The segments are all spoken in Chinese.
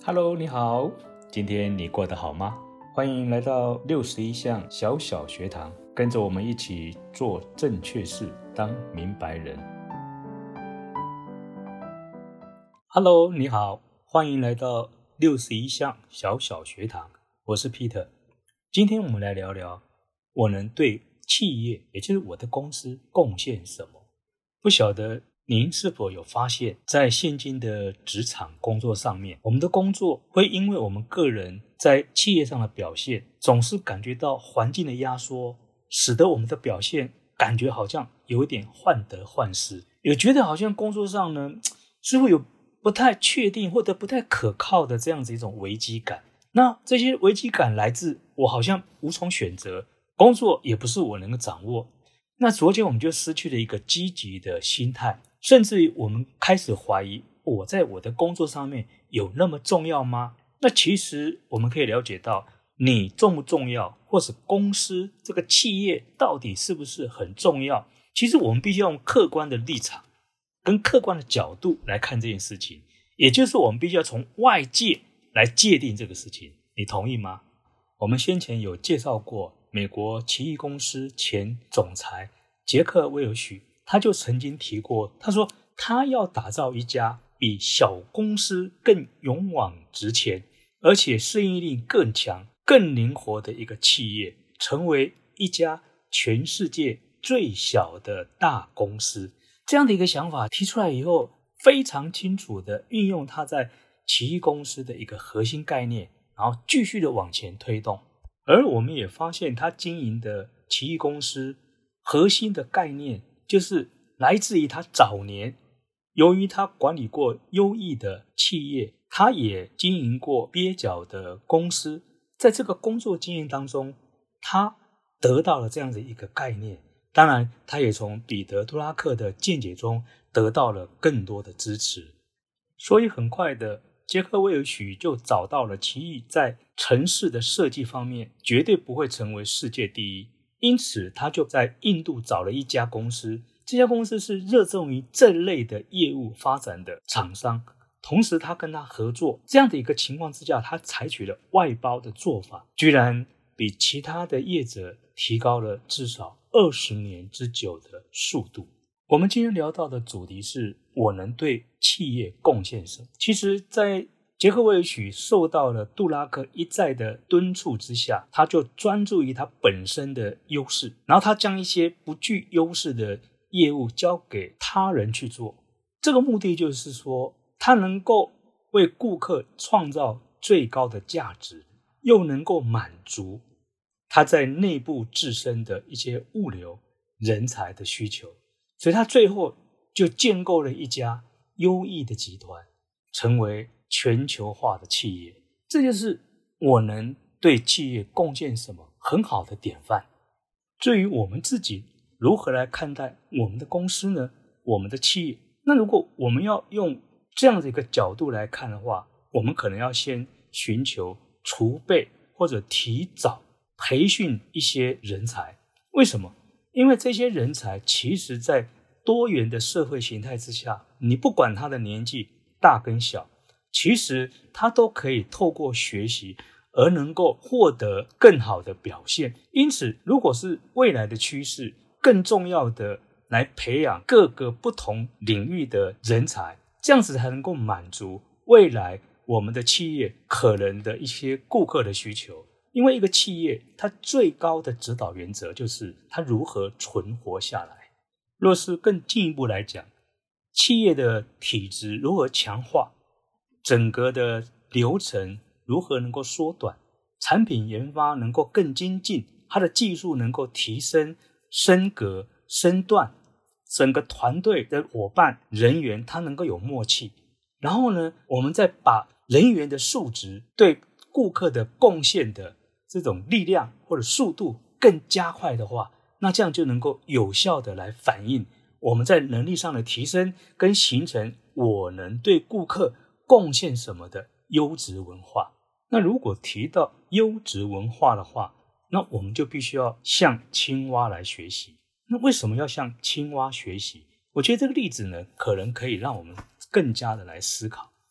Hello，你好，今天你过得好吗？欢迎来到61项小小学堂，跟着我们一起做正确事，当明白人。Hello，你好，欢迎来到61项小小学堂，我是 Peter。今天我们来聊聊，我能对企业，也就是我的公司贡献什么？不晓得您是否有发现，在现今的职场工作上面，我们的工作会因为我们个人在企业上的表现，总是感觉到环境的压缩，使得我们的表现感觉好像有一点患得患失，也觉得好像工作上呢，是会有不太确定或者不太可靠的这样子一种危机感。那这些危机感来自我好像无从选择，工作也不是我能够掌握。那逐渐我们就失去了一个积极的心态，甚至于我们开始怀疑我在我的工作上面有那么重要吗？那其实我们可以了解到，你重不重要，或是公司这个企业到底是不是很重要，其实我们必须要用客观的立场跟客观的角度来看这件事情，也就是我们必须要从外界来界定这个事情，你同意吗？我们先前有介绍过美国奇异公司前总裁杰克威尔许，他就曾经提过，他说他要打造一家比小公司更勇往直前，而且适应力更强、更灵活的一个企业，成为一家全世界最小的大公司。这样的一个想法提出来以后，非常清楚的运用他在奇异公司的一个核心概念，然后继续的往前推动。而我们也发现他经营的奇异公司核心的概念，就是来自于他早年由于他管理过优异的企业，他也经营过蹩脚的公司，在这个工作经验当中，他得到了这样的一个概念。当然他也从彼得·杜拉克的见解中得到了更多的支持。所以很快的，杰克威尔许就找到了奇异在城市的设计方面绝对不会成为世界第一，因此他就在印度找了一家公司，这家公司是热衷于这类的业务发展的厂商，同时他跟他合作，这样的一个情况之下，他采取了外包的做法，居然比其他的业者提高了至少20年之久的速度。我们今天聊到的主题是我能对企业贡献什么。其实在杰克威尔许受到了杜拉克一再的敦促之下，他就专注于他本身的优势，然后他将一些不具优势的业务交给他人去做。这个目的就是说，他能够为顾客创造最高的价值，又能够满足他在内部自身的一些物流人才的需求。所以他最后就建构了一家优异的集团，成为全球化的企业。这就是我能对企业贡献什么很好的典范。至于我们自己如何来看待我们的公司呢？我们的企业，那如果我们要用这样的一个角度来看的话，我们可能要先寻求储备或者提早培训一些人才。为什么？因为这些人才其实在多元的社会形态之下，你不管他的年纪大跟小，其实他都可以透过学习而能够获得更好的表现。因此如果是未来的趋势，更重要的来培养各个不同领域的人才，这样子才能够满足未来我们的企业可能的一些顾客的需求。因为一个企业它最高的指导原则就是它如何存活下来。若是更进一步来讲，企业的体质如何强化，整个的流程如何能够缩短，产品研发能够更精进，它的技术能够提升升格升段，整个团队的伙伴人员他能够有默契，然后呢，我们再把人员的素质对顾客的贡献的这种力量或者速度更加快的话，那这样就能够有效的来反映我们在能力上的提升，跟形成我能对顾客贡献什么的优质文化。那如果提到优质文化的话，那我们就必须要向青蛙来学习。那为什么要向青蛙学习？我觉得这个例子呢，可能可以让我们更加的来思考。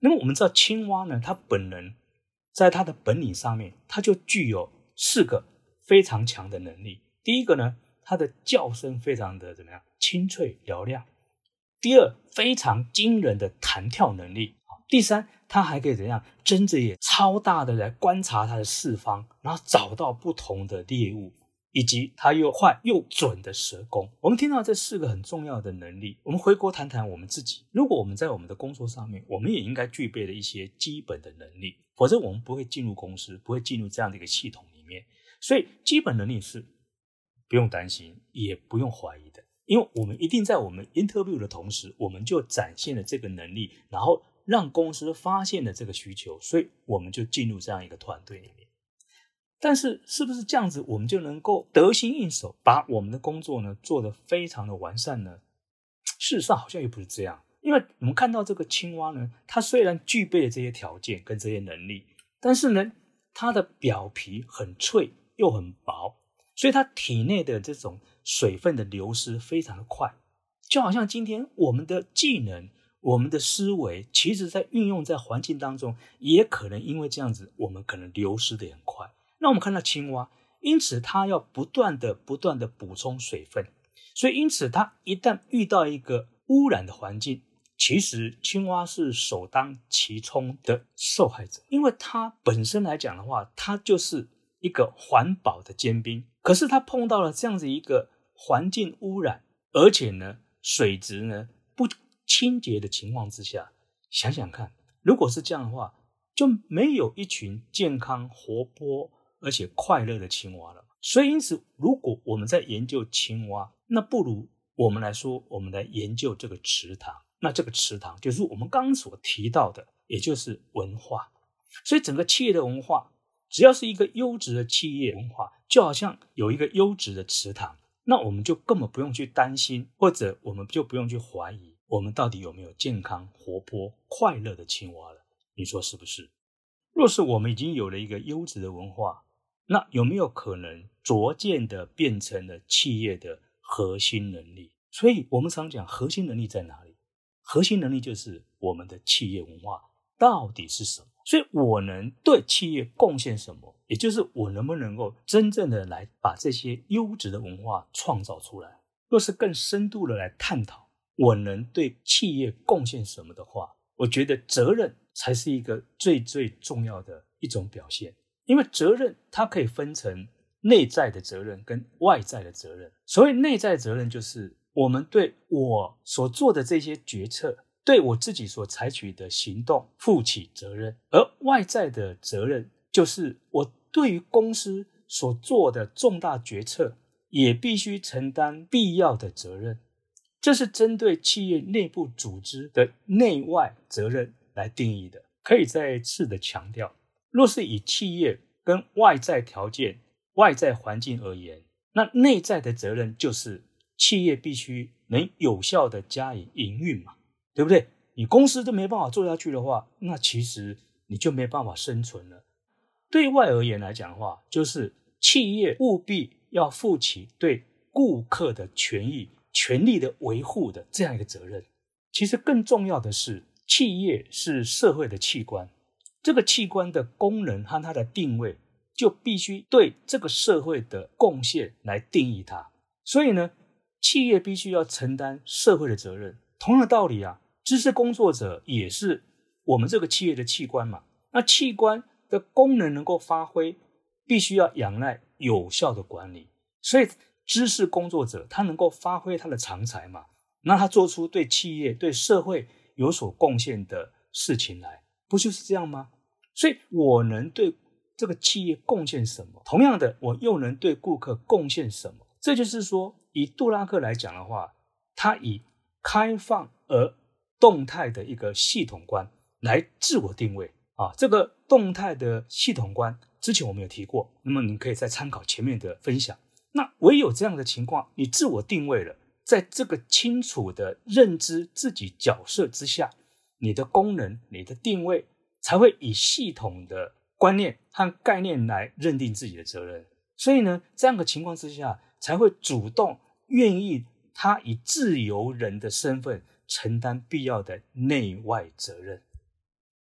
那么我们知道青蛙呢，它本人在它的本领上面，它就具有4个非常强的能力。第一个呢，它的叫声非常的怎么样？清脆嘹亮。第二，非常惊人的弹跳能力。第三，它还可以怎样？睁着眼超大的来观察它的四方，然后找到不同的猎物，以及它又快又准的舌功。我们听到这4个很重要的能力，我们回国谈谈我们自己。如果我们在我们的工作上面，我们也应该具备了一些基本的能力，否则我们不会进入公司，不会进入这样的一个系统里面。所以基本能力是不用担心，也不用怀疑的，因为我们一定在我们 interview 的同时，我们就展现了这个能力，然后让公司发现了这个需求，所以我们就进入这样一个团队里面。但是是不是这样子我们就能够得心应手，把我们的工作呢做得非常的完善呢？事实上好像又不是这样。因为我们看到这个青蛙呢，它虽然具备了这些条件跟这些能力，但是呢它的表皮很脆又很薄，所以它体内的这种水分的流失非常的快。就好像今天我们的技能，我们的思维，其实在运用在环境当中，也可能因为这样子，我们可能流失的很快。那我们看到青蛙，因此它要不断的补充水分，所以因此它一旦遇到一个污染的环境，其实青蛙是首当其冲的受害者，因为它本身来讲的话，它就是一个环保的尖兵，可是它碰到了这样子一个环境污染，而且呢水质呢不清洁的情况之下，想想看，如果是这样的话，就没有一群健康活泼而且快乐的青蛙了。所以因此，如果我们在研究青蛙，那不如我们来说，我们来研究这个池塘。那这个池塘就是我们刚刚所提到的，也就是文化。所以整个企业的文化，只要是一个优质的企业文化，就好像有一个优质的池塘，那我们就根本不用去担心，或者我们就不用去怀疑，我们到底有没有健康、活泼、快乐的青蛙了。你说是不是？若是我们已经有了一个优质的文化，那有没有可能逐渐的变成了企业的核心能力？所以我们常讲核心能力在哪里？核心能力就是我们的企业文化到底是什么？所以我能对企业贡献什么？也就是我能不能够真正的来把这些优质的文化创造出来。若是更深度的来探讨我能对企业贡献什么的话，我觉得责任才是一个最重要的一种表现。因为责任它可以分成内在的责任跟外在的责任。所谓内在责任，就是我们对我所做的这些决策，对我自己所采取的行动负起责任。而外在的责任，就是我对于公司所做的重大决策也必须承担必要的责任。这是针对企业内部组织的内外责任来定义的。可以再次的强调，若是以企业跟外在条件、外在环境而言，那内在的责任就是企业必须能有效的加以营运嘛，对不对？你公司都没办法做下去的话，那其实你就没办法生存了。对外而言来讲的话，就是企业务必要负起对顾客的权益、权利的维护的这样一个责任。其实更重要的是，企业是社会的器官，这个器官的功能和它的定位就必须对这个社会的贡献来定义它。所以呢，企业必须要承担社会的责任。同样的道理啊，知识工作者也是我们这个企业的器官嘛。那器官的功能能够发挥，必须要仰赖有效的管理。所以知识工作者他能够发挥他的长才嘛，那他做出对企业、对社会有所贡献的事情来，不就是这样吗？所以我能对这个企业贡献什么，同样的我又能对顾客贡献什么。这就是说，以杜拉克来讲的话，他以开放而动态的一个系统观来自我定位啊。这个动态的系统观之前我们有提过，那么你可以再参考前面的分享。那唯有这样的情况，你自我定位了，在这个清楚的认知自己角色之下，你的功能、你的定位才会以系统的观念和概念来认定自己的责任。所以呢，这样的情况之下，才会主动愿意他以自由人的身份承担必要的内外责任。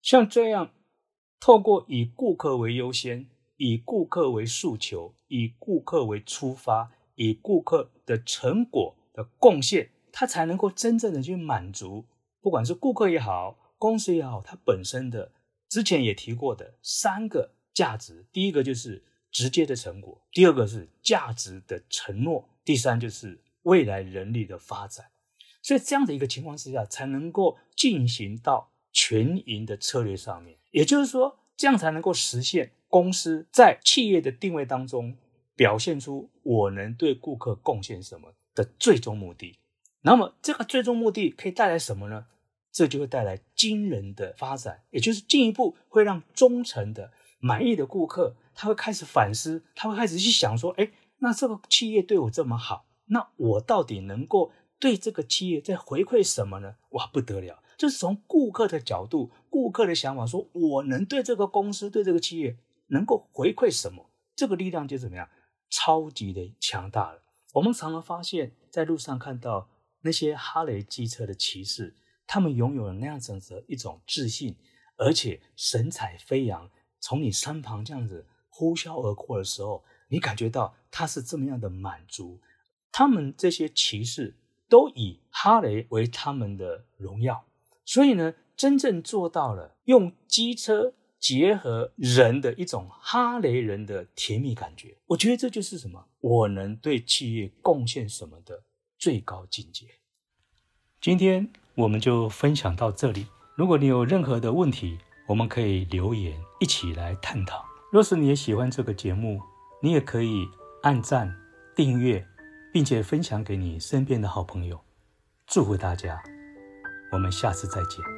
像这样透过以顾客为优先，以顾客为诉求，以顾客为出发，以顾客的成果的贡献，它才能够真正的去满足不管是顾客也好，公司也好，它本身的之前也提过的3个价值。第一个就是直接的成果，第二个是价值的承诺，第三就是未来人力的发展。所以这样的一个情况之下，才能够进行到全赢的策略上面。也就是说，这样才能够实现公司在企业的定位当中表现出我能对顾客贡献什么的最终目的。那么这个最终目的可以带来什么呢？这就会带来惊人的发展，也就是进一步会让忠诚的满意的顾客，他会开始反思，他会开始去想说，那这个企业对我这么好，那我到底能够对这个企业在回馈什么呢？哇，不得了，就是从顾客的角度，顾客的想法，说我能对这个公司，对这个企业能够回馈什么，这个力量就怎么样，超级的强大了。我们常常发现在路上看到那些哈雷机车的骑士，他们拥有了那样子的一种自信，而且神采飞扬，从你身旁这样子呼啸而过的时候，你感觉到他是这么样的满足。他们这些骑士都以哈雷为他们的荣耀，所以呢，真正做到了用机车结合人的一种哈雷人的甜蜜感觉。我觉得这就是什么？我能对企业贡献什么的最高境界。今天我们就分享到这里。如果你有任何的问题，我们可以留言一起来探讨。若是你也喜欢这个节目，你也可以按赞、订阅，并且分享给你身边的好朋友。祝福大家，我们下次再见。